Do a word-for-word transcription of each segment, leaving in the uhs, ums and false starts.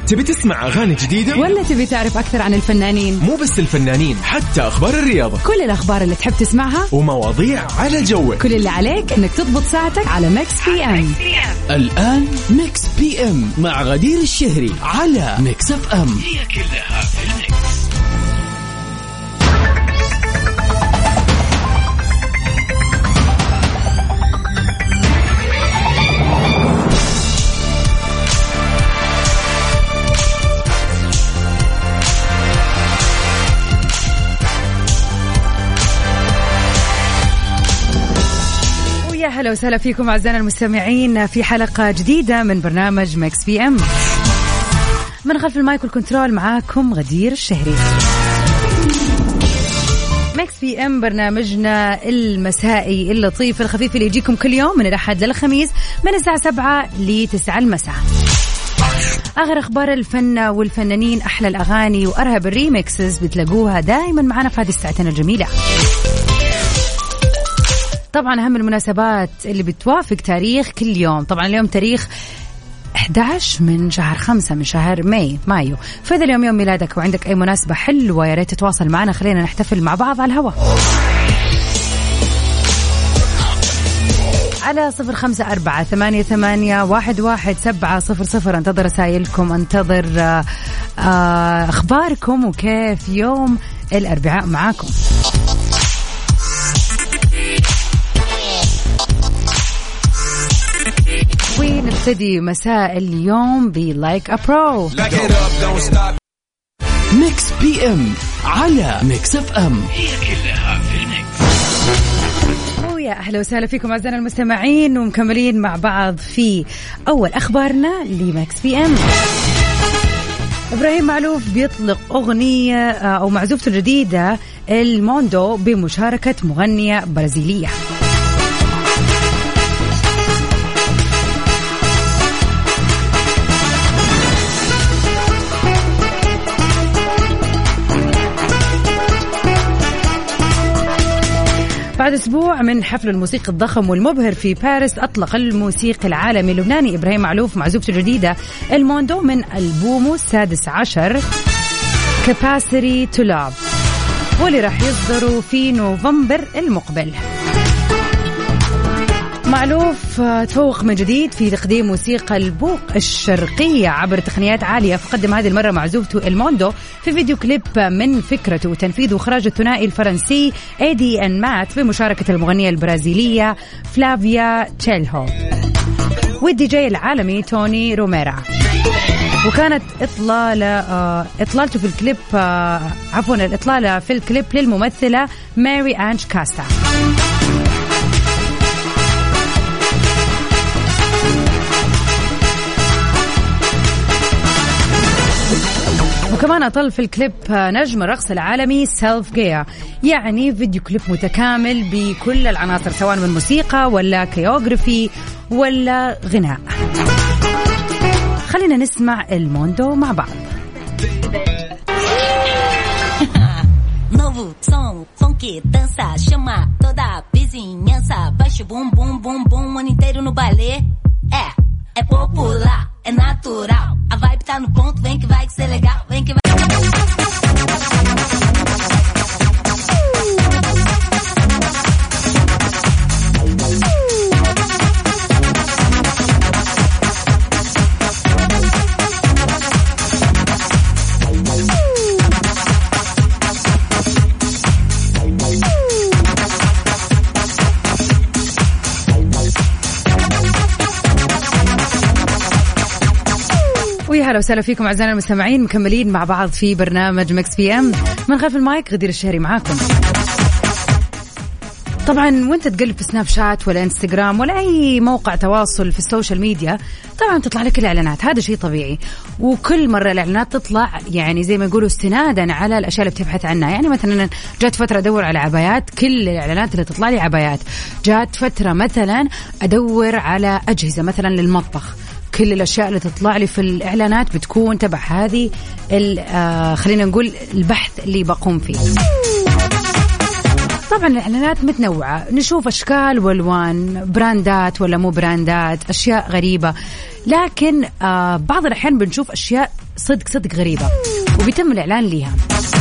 تبي تسمع أغاني جديدة ولا تبي تعرف أكثر عن الفنانين؟ مو بس الفنانين، حتى أخبار الرياضة، كل الأخبار اللي تحب تسمعها ومواضيع على جوك. كل اللي عليك إنك تضبط ساعتك على ميكس بي ام. الآن ميكس بي ام مع غدير الشهري على ميكس اف ام. هي كلها في الميكس. هلا وسهلا فيكم أعزائنا المستمعين في حلقة جديدة من برنامج ميكس بي ام. من خلف المايك والكنترول معاكم غدير الشهري. ميكس بي ام برنامجنا المسائي اللطيف الخفيف اللي يجيكم كل يوم من الأحد للخميس من الساعة سبعة لتسعة المساء. آخر أخبار الفن والفنانين، أحلى الأغاني وأرهب الريميكسز بتلاقوها دائما معنا في هذه الساعتين الجميلة. طبعا أهم المناسبات اللي بتوافق تاريخ كل يوم، طبعا اليوم تاريخ أحد عشر من شهر خمسة من شهر ماي مايو، فإذا اليوم يوم ميلادك وعندك أي مناسبة حلوة يا ريت تتواصل معنا، خلينا نحتفل مع بعض على الهواء على صفر خمسة أربعة ثمانية ثمانية واحد واحد سبعة صفر صفر. انتظر رسائلكم، انتظر أخباركم وكيف يوم الأربعاء معاكم. ونبتدي مساء اليوم بلايك أبرو. ميكس بي ام على ميكس اف ام. هي كلها في الميكس. ويا أهلا وسهلا فيكم أعزائنا المستمعين، ومكملين مع بعض في أول أخبارنا لميكس بي ام. إبراهيم معلوف بيطلق أغنية أو معزوفته الجديدة الموندو بمشاركة مغنية برازيلية. بعد أسبوع من حفل الموسيقى الضخم والمبهر في باريس، أطلق الموسيقي العالمي اللبناني إبراهيم معلوف معزوفته الجديدة الموندو من ألبومه السادس عشر Capacity to Love، واللي راح يصدروا في نوفمبر المقبل. معلوف تفوق من جديد في تقديم موسيقى البوق الشرقية عبر تقنيات عالية، فقدم هذه المرة معزوفته الموندو في فيديو كليب من فكرته وتنفيذ وإخراج الثنائي الفرنسي ايدي ان مات بمشاركة المغنية البرازيلية فلافيا تشيلهو والدي جي العالمي توني روميرا. وكانت إطلالة إطلالته في الكليب عفوا الإطلالة في الكليب للممثلة ماري أنش كاستا. وكمان أطل في الكليب نجم الرقص العالمي سيلف جيا، يعني فيديو كليب متكامل بكل العناصر سواء من موسيقى ولا كيوغرافي ولا غناء. خلينا نسمع الموندو مع بعض. Novo som, som que dança, chama toda a vizinhança, baixa bum bum bum bum, o ano inteiro no baile. É, é popular, é natural, a vibe tá no ponto, vem que vai que ser legal, vem que vai. هلا وسهلا فيكم أعزائنا المستمعين، مكملين مع بعض في برنامج ميكس بي ام. من خلف المايك غدير الشهري معاكم. طبعا وانت تقلب في سناب شات ولا انستغرام ولا اي موقع تواصل في السوشيال ميديا، طبعا تطلع لك الاعلانات، هذا شيء طبيعي. وكل مره الاعلانات تطلع يعني زي ما يقولوا استنادا على الاشياء اللي بتبحث عنها. يعني مثلا جات فتره ادور على عبايات، كل الاعلانات اللي تطلع لي عبايات. جات فتره مثلا ادور على اجهزه مثلا للمطبخ، كل الأشياء اللي تطلع لي في الإعلانات بتكون تبع هذه آه خلينا نقول البحث اللي بقوم فيه. طبعا الإعلانات متنوعة، نشوف أشكال والوان، براندات ولا مو براندات، أشياء غريبة، لكن آه بعض الأحيان بنشوف أشياء صدق صدق غريبة وبيتم الإعلان ليها.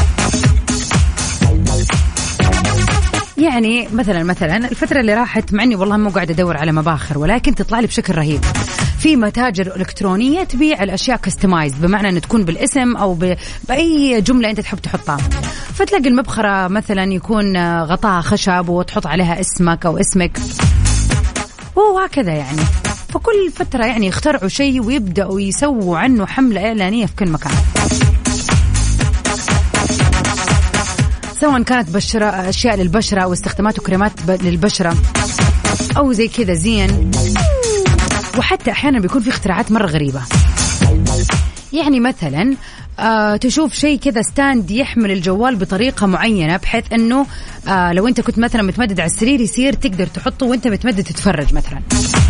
يعني مثلا مثلا الفترة اللي راحت، معني والله مو قاعدة أدور على مباخر، ولكن تطلع لي بشكل رهيب في متاجر إلكترونية تبيع الأشياء كستمايز، بمعنى أن تكون بالاسم أو بأي جملة أنت تحب تحطها. فتلاقي المبخرة مثلا يكون غطاها خشب وتحط عليها اسمك أو اسمك وهكذا يعني. فكل فترة يعني يخترعوا شيء ويبدأوا يسووا عنه حملة إعلانية في كل مكان، سواء كانت بشرة، أشياء للبشرة أو استخدامات وكريمات للبشرة أو زي كذا زين. وحتى أحيانا بيكون في اختراعات مرة غريبة، يعني مثلا آه تشوف شيء كذا ستاند يحمل الجوال بطريقة معينة، بحيث أنه آه لو أنت كنت مثلا متمدد على السرير يصير تقدر تحطه وأنت متمدد تتفرج مثلا.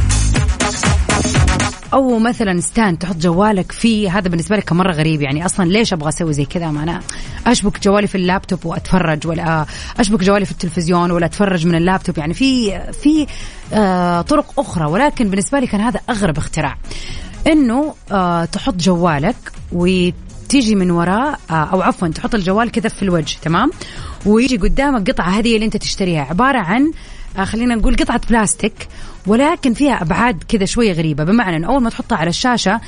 أو مثلا ستاند تحط جوالك فيه، هذا بالنسبة لك مرة غريب، يعني أصلا ليش أبغى أسوي زي كذا؟ ما أنا أشبك جوالي في اللابتوب وأتفرج، ولا أشبك جوالي في التلفزيون ولا أتفرج من اللابتوب. يعني في في آه طرق أخرى، ولكن بالنسبة لي كان هذا أغرب اختراع، إنه آه تحط جوالك وتيجي من وراء آه أو عفوا تحط الجوال كذا في الوجه، تمام، ويجي قدامك قطعة هذه اللي أنت تشتريها، عبارة عن آه خلينا نقول قطعة بلاستيك، ولكن فيها أبعاد كذا شوية غريبة، بمعنى أن أول ما تحطها على الشاشة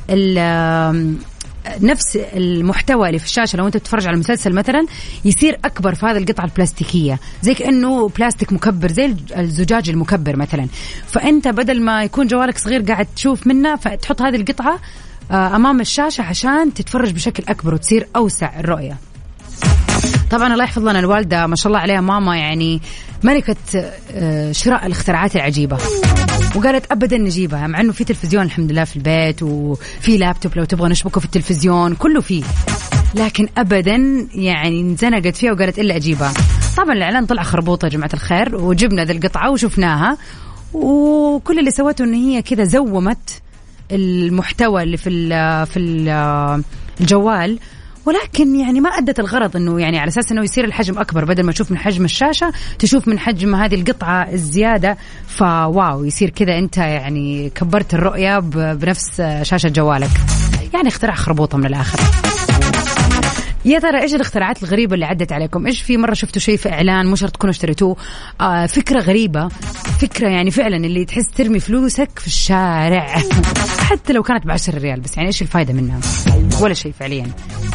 نفس المحتوى اللي في الشاشة لو أنت تتفرج على المسلسل مثلا يصير أكبر في هذه القطعة البلاستيكية، زي كأنه بلاستيك مكبر، زي الزجاج المكبر مثلا. فأنت بدل ما يكون جوالك صغير قاعد تشوف منه، فتحط هذه القطعة أمام الشاشة عشان تتفرج بشكل أكبر وتصير أوسع الرؤية. طبعا الله يحفظ لنا الوالدة ما شاء الله عليها، ماما يعني ملكة شراء الاختراعات العجيبة، وقالت أبدا نجيبها، مع أنه في تلفزيون الحمد لله في البيت، وفي لابتوب لو تبغى نشبكه في التلفزيون كله فيه، لكن أبدا يعني انزنقت فيها وقالت إلا أجيبها. طبعا الإعلان طلع خربوطة يا جماعة الخير، وجبنا ذي القطعة وشفناها، وكل اللي سوته إن هي كذا زومت المحتوى اللي في في الجوال، ولكن يعني ما أدت الغرض، إنه يعني على أساس إنه يصير الحجم أكبر، بدل ما تشوف من حجم الشاشة تشوف من حجم هذه القطعة الزيادة، فواو يصير كذا أنت يعني كبرت الرؤية بنفس شاشة جوالك. يعني اختراع خربوطة من الآخر. يا ترى إيش الاختراعات الغريبة اللي عدت عليكم؟ إيش في مرة شفتوا شيء في إعلان مو شرط تكونوا اشتريتوه، آه فكرة غريبة، فكرة يعني فعلا اللي تحس ترمي فلوسك في الشارع حتى لو كانت بعشر ريال، بس يعني إيش الفايدة منها؟ ولا شيء فعليا.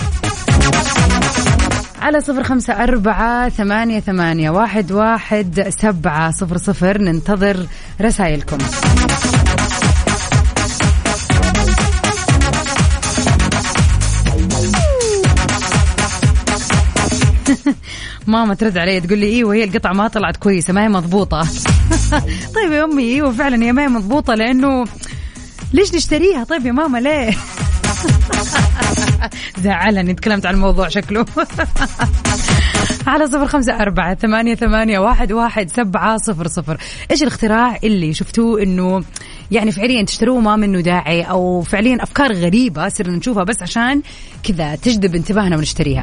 على صفر خمسة أربعة ثمانية ثمانية واحد واحد سبعة صفر صفر ننتظر رسائلكم. ماما ترد علي تقول لي ايوه هي القطعة ما طلعت كويسة، ما هي مضبوطة. طيب يا أمي ايوه فعلا هي ما هي مضبوطة، لأنه ليش نشتريها؟ طيب يا ماما ليه؟ زعلني تكلمت عن الموضوع شكله. على صفر خمسة أربعة ثمانية ثمانية واحد واحد سبعة صفر صفر إيش الاختراع اللي شفتوه إنه يعني فعليا تشتروه ما منه داعي، أو فعليا أفكار غريبة صرنا نشوفها بس عشان كذا تجذب انتباهنا ونشتريها؟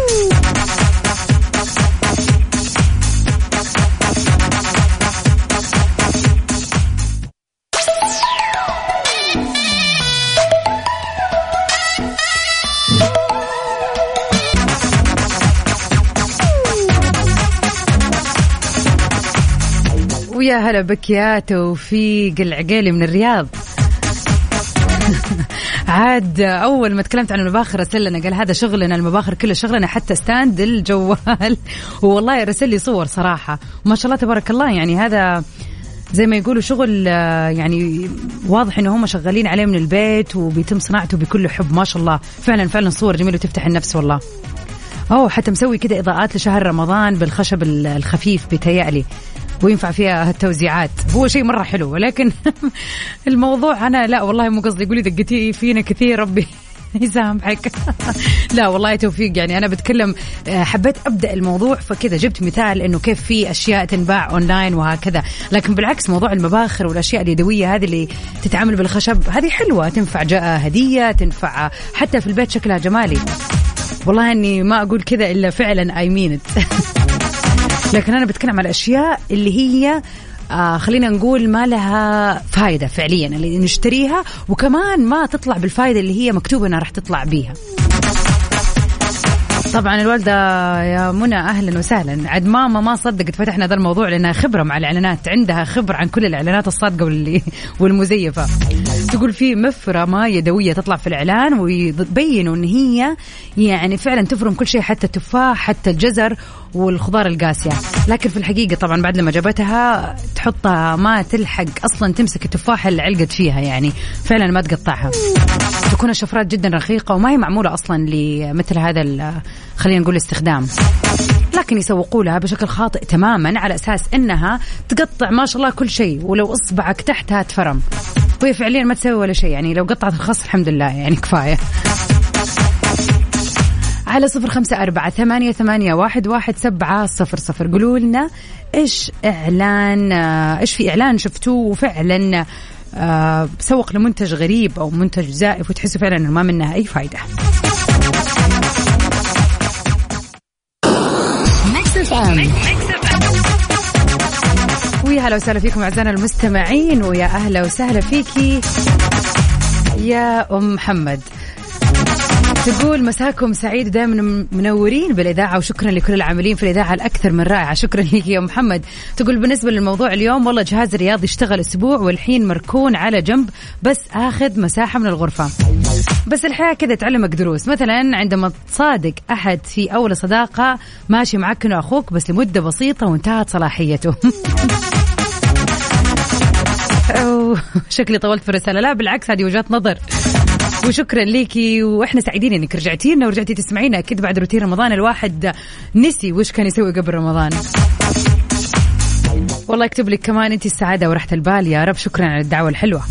ويا هلا بك يا توفيق العقيلي من الرياض. عاد أول ما تكلمت عن المباخر رسل لنا قال هذا شغلنا، المباخر كله شغلنا، حتى ستاند الجوال. والله رسل لي صور صراحة وما شاء الله تبارك الله، يعني هذا زي ما يقولوا شغل يعني واضح إنه هم شغالين عليه من البيت وبيتم صناعته بكل حب ما شاء الله. فعلا فعلا صور جميلة وتفتح النفس والله. أوه حتى مسوي كده إضاءات لشهر رمضان بالخشب الخفيف بيتهيألي، وينفع فيها التوزيعات، هو شيء مرة حلو. ولكن الموضوع أنا لا والله مو قصدي يقولي دقتي فينا كثير ربي يسامحك. لا والله توفيق، يعني أنا بتكلم حبيت أبدأ الموضوع فكذا جبت مثال إنه كيف في أشياء تنباع أونلاين وهكذا، لكن بالعكس موضوع المباخر والأشياء اليدوية هذه اللي تتعامل بالخشب هذه حلوة، تنفع جاء هدية، تنفع حتى في البيت شكلها جمالي. والله إني ما أقول كذا إلا فعلا I mean it. لكن أنا بتكلم على الأشياء اللي هي آه خلينا نقول ما لها فائدة فعليا اللي نشتريها، وكمان ما تطلع بالفائدة اللي هي مكتوبة أنها راح تطلع بيها. طبعا الوالدة يا منى أهلا وسهلا، عد ماما ما صدقت فتحنا هذا الموضوع لأنها خبرة مع الإعلانات، عندها خبرة عن كل الإعلانات الصادقة واللي والمزيفة. تقول في مفرة ما يدوية تطلع في الإعلان ويبينوا أن هي يعني فعلا تفرم كل شيء، حتى التفاح حتى الجزر والخضار القاسية، لكن في الحقيقة طبعا بعد لما جابتها تحطها ما تلحق أصلا تمسك التفاحة اللي علقت فيها، يعني فعلا ما تقطعها. تكون الشفرات جدا رقيقة وما هي معمولة أصلا لمثل هذا خلينا نقول استخدام، لكن يسوقوا لها بشكل خاطئ تماما على أساس أنها تقطع ما شاء الله كل شيء، ولو إصبعك تحتها تفرم، وهي فعليا ما تسوي ولا شيء. يعني لو قطعت الخص الحمد لله يعني كفاية. على صفر خمسة أربعة ثمانية ثمانية واحد واحد سبعة صفر صفر قولوا لنا إيش إعلان إيش في إعلان شفتوه وفعلا آه سوق لمنتج غريب أو منتج زائف وتحسوا فعلا إنه ما منها أي فايدة. ويا هلا وسهلا فيكم أعزائنا المستمعين، ويا أهلا وسهلا فيكي يا أم محمد. تقول مساكم سعيد دائما منورين بالإذاعة، وشكرا لكل العاملين في الإذاعة الأكثر من رائعة. شكرا لك يا محمد. تقول بالنسبة للموضوع اليوم والله جهاز الرياض يشتغل أسبوع والحين مركون على جنب بس آخذ مساحة من الغرفة. بس الحياة كذا تعلمك دروس، مثلا عندما تصادق أحد في أول صداقة ماشي معك إنه أخوك بس لمدة بسيطة وانتهت صلاحيته. شكلي طولت في الرسالة، لا بالعكس هذه وجهة نظر، وشكرا ليكي، واحنا سعيدين انك رجعتي لنا ورجعتي تسمعينا. اكيد بعد روتين رمضان الواحد نسي وش كان يسوي قبل رمضان. والله يكتب لك كمان انت السعاده وراحه البال يا رب. شكرا على الدعوه الحلوه.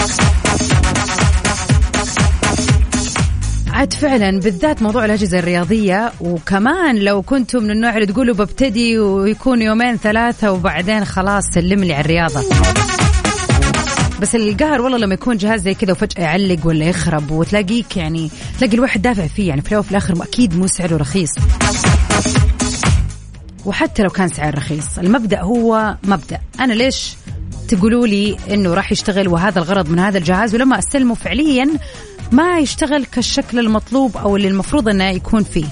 عاد فعلا بالذات موضوع الأجهزة الرياضية، وكمان لو كنتم من النوع اللي تقولوا ببتدي ويكون يومين ثلاثة وبعدين خلاص سلم لي على الرياضة. بس القهر والله لما يكون جهاز زي كذا وفجأة يعلق ولا يخرب وتلاقيك يعني تلاقي الواحد دافع فيه، يعني في الأول وفي الآخر أكيد مو سعره رخيص. وحتى لو كان سعر رخيص المبدأ هو مبدأ. أنا ليش تقولوا لي إنه راح يشتغل وهذا الغرض من هذا الجهاز، ولما أستلمه فعليا ما يشتغل كالشكل المطلوب أو اللي المفروض أنه يكون فيه؟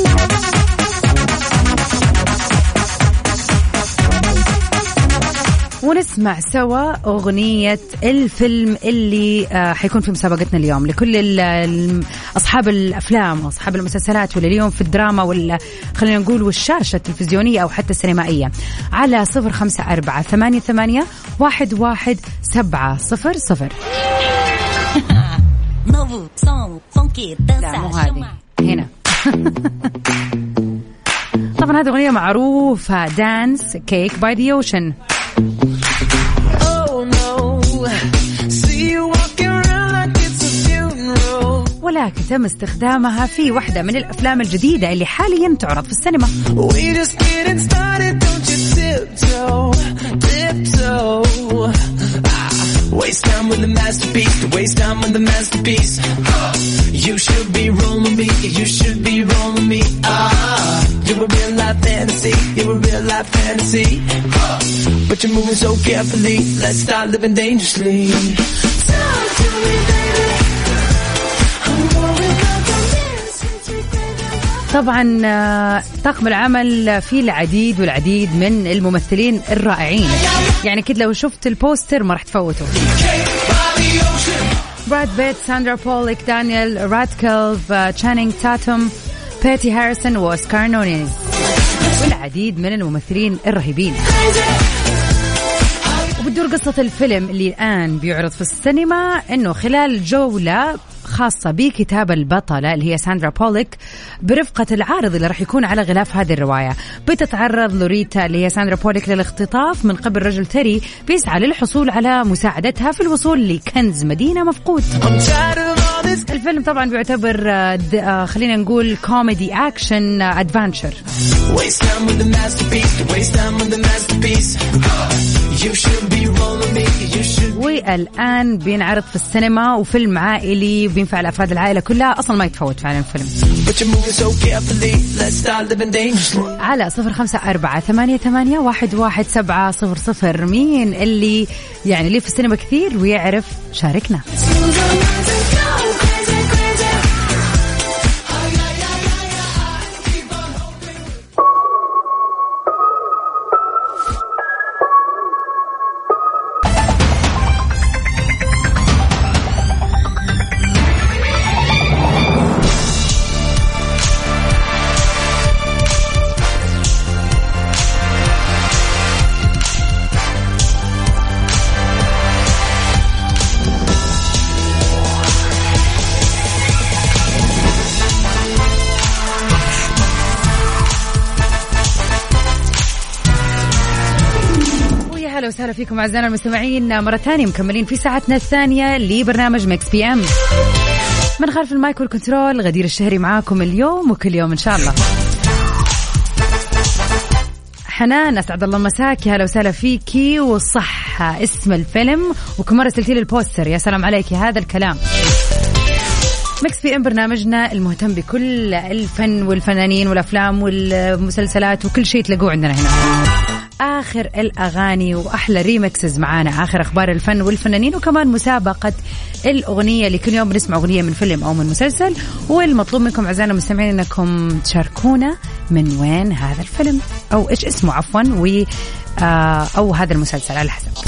ونسمع سوا أغنية الفيلم اللي حيكون في مسابقتنا اليوم لكل أصحاب الأفلام وأصحاب المسلسلات واللي اليوم في الدراما ولا خلينا نقول والشاشة التلفزيونية أو حتى السينمائية، على صفر خمسة أربعة ثمانية ثمانية واحد واحد سبعة صفر صفر. لا مو هذه هنا. طبعا هذه أغنية معروفة، دانس كيك باي ذا اوشن. ولكن تم استخدامها في واحدة من الأفلام الجديدة اللي حاليا تعرض في السينما. Waste time with the masterpiece, waste time with the masterpiece. You should be rolling me, you should be rolling me. Ah, you're a real life fantasy, you're a real life fantasy. But you're moving so carefully, let's start living dangerously. Talk to me, baby. I'm going up on this. طبعا طاقم العمل فيه العديد والعديد من الممثلين الرائعين، يعني كده لو شفت البوستر ما راح تفوته. براد بيت، ساندرا بوليك، دانيال رادكلف، تشانينغ تاتوم، بيتي هاريسون وأوسكار نونيز، والعديد من الممثلين الرهيبين. وبتدور قصة الفيلم اللي الآن بيعرض في السينما إنه خلال جولة خاصة بكتاب البطلة اللي هي ساندرا بوليك برفقة العارض اللي راح يكون على غلاف هذه الرواية، بتتعرض لوريتا اللي هي ساندرا بوليك للاختطاف من قبل رجل ثري بيسعى للحصول على مساعدتها في الوصول لكنز مدينة مفقود. الفيلم طبعا بيعتبر آه خلينا نقول كوميدي أكشن أدفانشر. والآن بينعرض في السينما وفيلم عائلي وبينفع لأفراد العائلة كلها، أصلا ما يتفوت فعلا الفيلم. على صفر خمسة أربعة ثمانية ثمانية واحد واحد سبعة صفر صفر مين اللي يعني اللي في السينما كثير ويعرف شاركنا. أهلا وسهلا فيكم أعزائنا المستمعين مرة ثانية، مكملين في ساعتنا الثانية لبرنامج ميكس بي أم. من خلف المايك والكنترول غدير الشهري معاكم اليوم وكل يوم إن شاء الله. حنان أسعد الله مساكي، هلا وسهلا فيكي. وصح اسم الفيلم وكم مرة سلتي لي البوستر، يا سلام عليكي هذا الكلام. ميكس بي ام برنامجنا المهتم بكل الفن والفنانين والأفلام والمسلسلات وكل شيء تلاقوه عندنا هنا. آخر الأغاني وأحلى ريمكسز معانا، آخر أخبار الفن والفنانين، وكمان مسابقة الأغنية اللي كل يوم بنسمع أغنية من فيلم أو من مسلسل. والمطلوب منكم أعزائنا المستمعين أنكم تشاركونا من وين هذا الفيلم أو إيش اسمه عفوا و أو هذا المسلسل على حسب.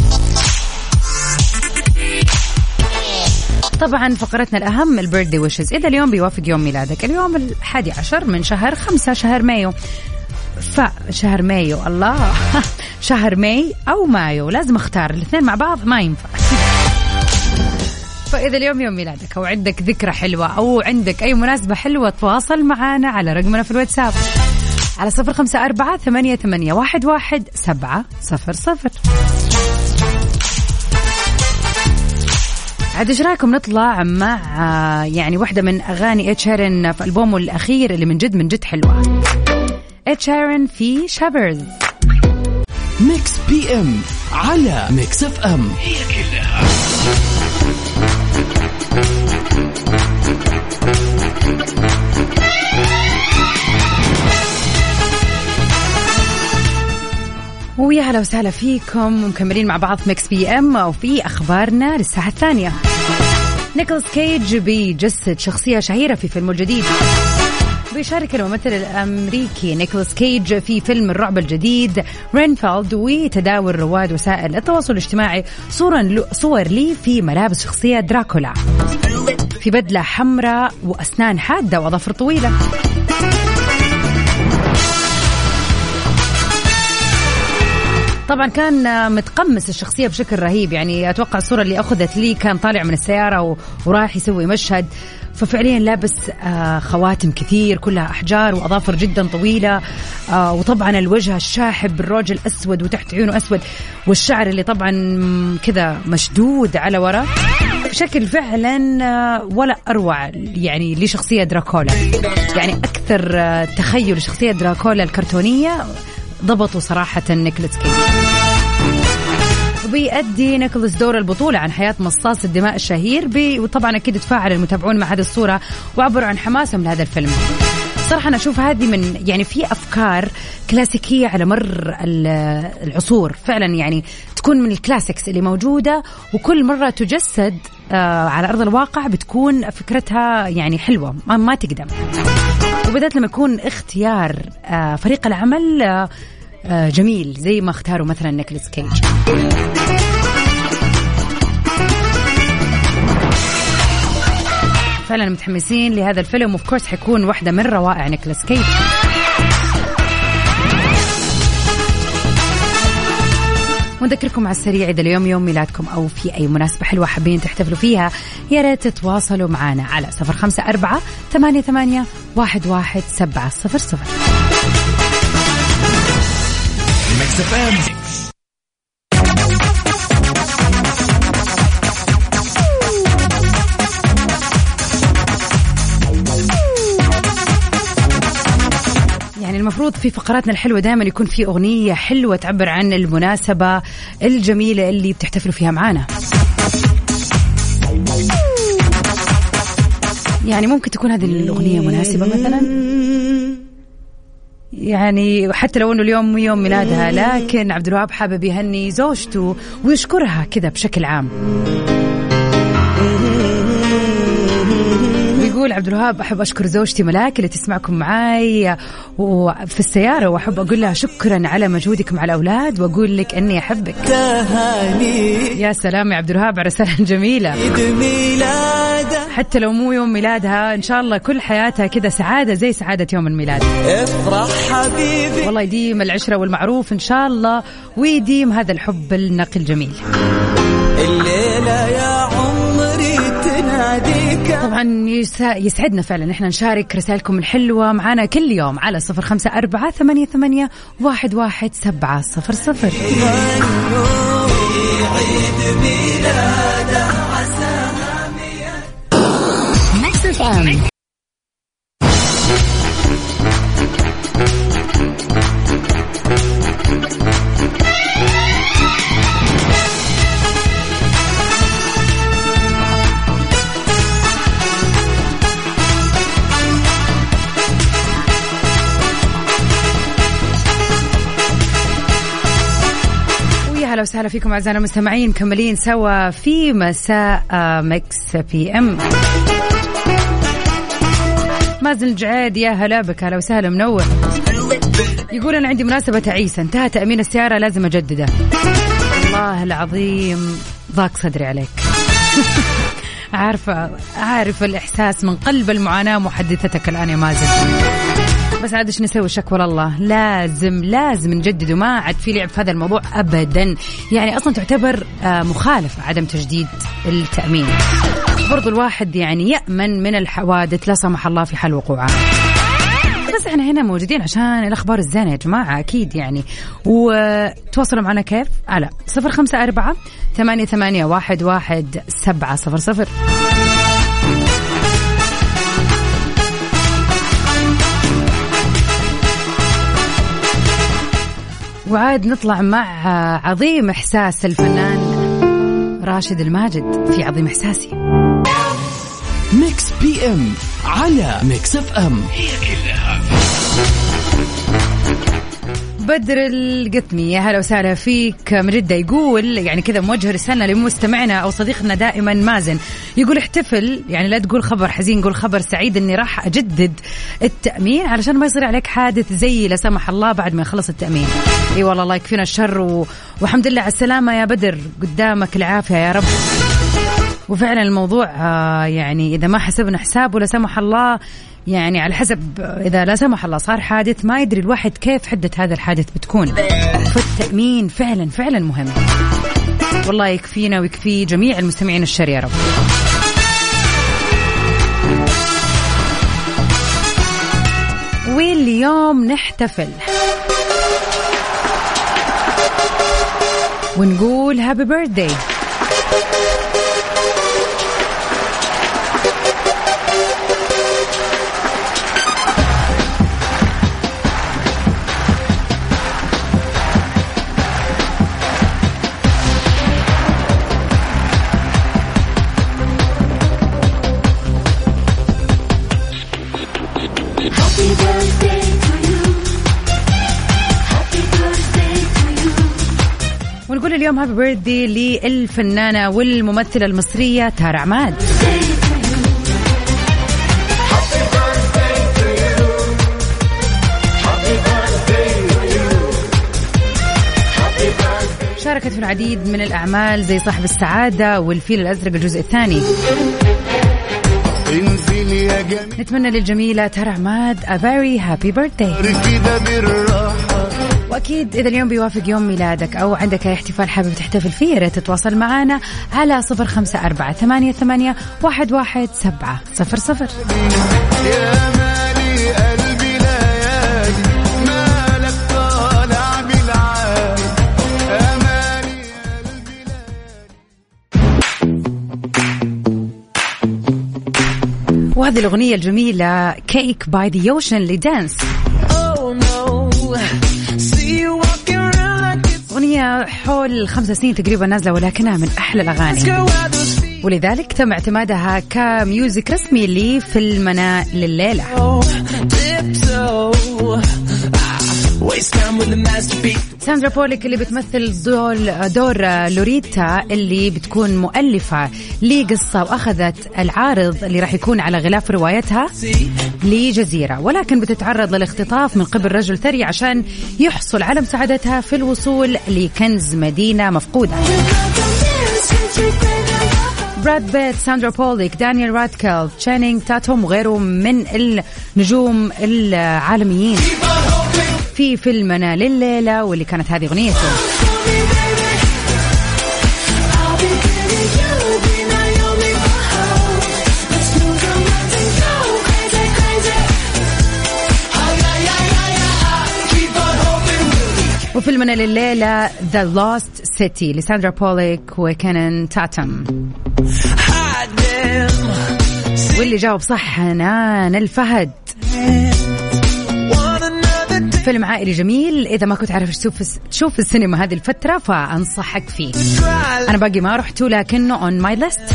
طبعا فقرتنا الأهم البيرثدي ويشز. إذا اليوم بيوافق يوم ميلادك، اليوم الحادي عشر من شهر خمسة شهر مايو، فشهر مايو الله شهر ماي أو مايو لازم اختار الاثنين مع بعض ما ينفع. فإذا اليوم يوم ميلادك أو عندك ذكرى حلوة أو عندك أي مناسبة حلوة تواصل معنا على رقمنا في الواتساب على صفر خمسة أربعة ثمانية ثمانية واحد واحد سبعة صفر صفر. عاد ايش رايكم نطلع مع يعني واحدة من أغاني إد شيران في ألبومه الأخير اللي من جد من جد حلوة، إد شيران في شابرز. ميكس بي ام على ميكس اف ام، هي كلها ويا هلا وسهلا فيكم ومكملين مع بعض ميكس بي ام وفي أخبارنا للساعة الثانية. نيكولاس كيج بيجسد شخصية شهيرة في فيلمه الجديد. بيشارك الممثل الأمريكي نيكولاس كيج في فيلم الرعب الجديد رينفيلد، وتداول رواد وسائل التواصل الاجتماعي صورا صور لي في ملابس شخصية دراكولا في بدلة حمراء وأسنان حادة وأظافر طويلة. طبعا كان متقمص الشخصية بشكل رهيب، يعني أتوقع الصورة اللي أخذت لي كان طالع من السيارة ورايح يسوي مشهد، ففعليا لابس خواتم كثير كلها أحجار وأظافر جدا طويلة، وطبعا الوجه الشاحب بالروج الأسود وتحت عيونه أسود، والشعر اللي طبعا كذا مشدود على وراء بشكل فعلا ولا أروع يعني لشخصية دراكولا. يعني أكثر تخيل لشخصية دراكولا الكرتونية ضبطوا صراحة نيكولاس كيج. وبيأدي نيكولاس دور البطولة عن حياة مصاص الدماء الشهير بي وطبعا أكيد تفاعل المتابعون مع هذه الصورة وعبروا عن حماسهم لهذا الفيلم. صراحة أنا أشوف هذه من يعني في أفكار كلاسيكية على مر العصور فعلا، يعني تكون من الكلاسيكس اللي موجودة وكل مرة تجسد آه على أرض الواقع بتكون فكرتها يعني حلوة ما, ما تقدم. وبدأت لما يكون اختيار آه فريق العمل آه آه جميل زي ما اختاروا مثلا نيكولاس كيج. فعلا متحمسين لهذا الفيلم، وف كورس حيكون واحدة من روائع نيكولاس كيج. ونذكركم على السريع إذا اليوم يوم ميلادكم أو في أي مناسبة حلوة حابين تحتفلوا فيها يا ريت تتواصلوا معنا على صفر خمسة أربعة ثمانية ثمانية واحد واحد سبعة صفر صفر. يعني المفروض في فقراتنا الحلوة دائما يكون في أغنية حلوة تعبر عن المناسبة الجميلة اللي بتحتفلوا فيها معانا. يعني ممكن تكون هذه الأغنية مناسبة مثلا، يعني حتى لو أنه اليوم يوم ميلادها، لكن عبد الوهاب حابب يهني زوجته ويشكرها كذا بشكل عام. يقول عبد الوهاب: أحب أشكر زوجتي ملاك اللي تسمعكم معاي وفي السيارة، وأحب أقول لها شكرا على مجهودك مع الأولاد، وأقول لك أني أحبك. يا سلام يا عبد الوهاب على رسالة جميلة. حتى لو مو يوم ميلادها إن شاء الله كل حياتها كده سعادة زي سعادة يوم الميلاد. افرح حبيبي، والله يديم العشرة والمعروف إن شاء الله، ويديم هذا الحب النقي الجميل. الليلة يا عمري تناديك. طبعا يسعدنا فعلا إحنا نشارك رسائلكم الحلوة معنا كل يوم على صفر خمسة أربعة ثمانية ثمانية واحد واحد سبعة صفر صفر. أهلا وسهلا فيكم أعزائنا المستمعين، مكملين سوا في مساء ميكس بي ام. مازن الجعيد يا هلا بك، هلا وسهلا منور. يقول أنا عندي مناسبة عيسى، انتهى تأمين السيارة لازم أجدده. الله العظيم ضاق صدري عليك. عارفة عارف الإحساس من قلب المعاناة محدثتك الآن يا مازن، بس عاد ايش نسوي؟ شكوى الله، لازم لازم نجدد، وما عاد في لعب في هذا الموضوع أبدا. يعني أصلا تعتبر مخالفة عدم تجديد التأمين. برضو الواحد يعني يأمن من الحوادث لا سمح الله في حال وقوعها. بس احنا هنا موجودين عشان الأخبار الزينة يا جماعة أكيد يعني. وتواصلوا معنا كيف؟ على صفر خمسة أربعة ثمانية ثمانية واحد واحد سبعة صفر صفر. وعاد نطلع مع عظيم إحساس الفنان راشد الماجد في عظيم إحساسي. ميكس بي ام على ميكس اف ام، هي كلها بدر القطمي يا هلا وسهلا فيك من جدة. يقول يعني كذا موجه رسالة لمستمعنا أو صديقنا دائما مازن، يقول احتفل، يعني لا تقول خبر حزين، قول خبر سعيد إني راح أجدد التأمين علشان ما يصير عليك حادث زي لا سمح الله بعد ما يخلص التأمين. اي والله الله يكفينا الشر و... والحمد لله على السلامة يا بدر، قدامك العافية يا رب. وفعلا الموضوع آه يعني إذا ما حسبنا حساب ولا سمح الله، يعني على حسب إذا لا سمح الله صار حادث ما يدري الواحد كيف حدة هذا الحادث بتكون. فالتأمين فعلا فعلا مهم. والله يكفينا ويكفي جميع المستمعين الشر يا رب. واليوم نحتفل ونقول هابي بيرثداي. ونقول اليوم هابي بيرثدي للفنانة والممثلة المصرية تارة عماد. شاركت في العديد من الأعمال زي صاحب السعادة والفيل الأزرق الجزء الثاني. نتمنى للجميلة تارة عماد a very happy birthday. وأكيد إذا اليوم بيوافق يوم ميلادك أو عندك أي احتفال حابب تحتفل فيه، يا ريت تتواصل معنا على صفر خمسة أربعة ثمانية ثمانية واحد واحد سبعة صفر صفر. يا مالي قلبي ليالي مالك طالع بالعالي، يا مالي قلبي ليالي. وهذه الأغنية الجميلة كيك باي ذا اوشن لدانس. أغنية حول خمس سنين تقريبا نازلة ولكنها من أحلى الأغاني، ولذلك تم اعتمادها كميوزك رسمي لفيلمنا لليلة. ساندرا بوليك اللي بتمثل دور, دور لوريتا اللي بتكون مؤلفة لقصة وأخذت العارض اللي راح يكون على غلاف روايتها لجزيرة، ولكن بتتعرض للاختطاف من قبل رجل ثري عشان يحصل على مساعدتها في الوصول لكنز مدينة مفقودة. براد بيت، ساندرا بوليك، دانيال رادكليف، تشانينغ تاتوم وغيره من النجوم العالميين في فيلمنا لليلة، واللي كانت هذه أغنيته. وفيلمنا لليلة The Lost City لساندرا بوليك وكانن تاتم. واللي جاوب صح نان الفهد. فيلم عائلي جميل، إذا ما كنت عارف تشوف تشوف السينما هذه الفترة فأنصحك فيه. أنا باقي ما رحته لكنه on my list.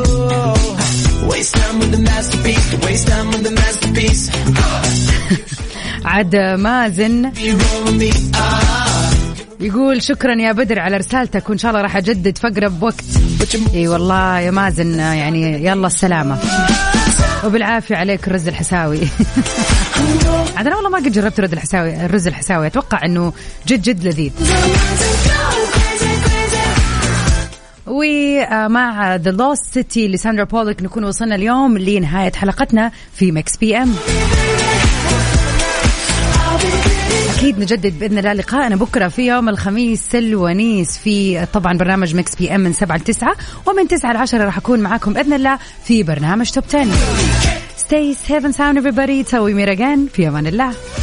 عاد مازن يقول شكرا يا بدر على رسالتك، وإن شاء الله راح أجدد فقرة بوقت. إي والله يا مازن، يعني يلا السلامة وبالعافية عليك الرز الحساوي. عاد أنا والله ما قد جربت الرز الحساوي الرز الحساوي أتوقع أنه جد جد لذيذ. ومع The Lost City لساندرا بوليك نكون وصلنا اليوم لنهاية حلقتنا في ميكس بي ام. أكيد نجدد بإذن الله لقاءنا بكرة في يوم الخميس الونيس في طبعا برنامج ميكس بي ام من سبعة لتسعة، ومن تسعة لعشرة راح أكون معاكم بإذن الله في برنامج توب عشرة. Stay safe and sound everybody. تسوي ميراجان في أمان الله.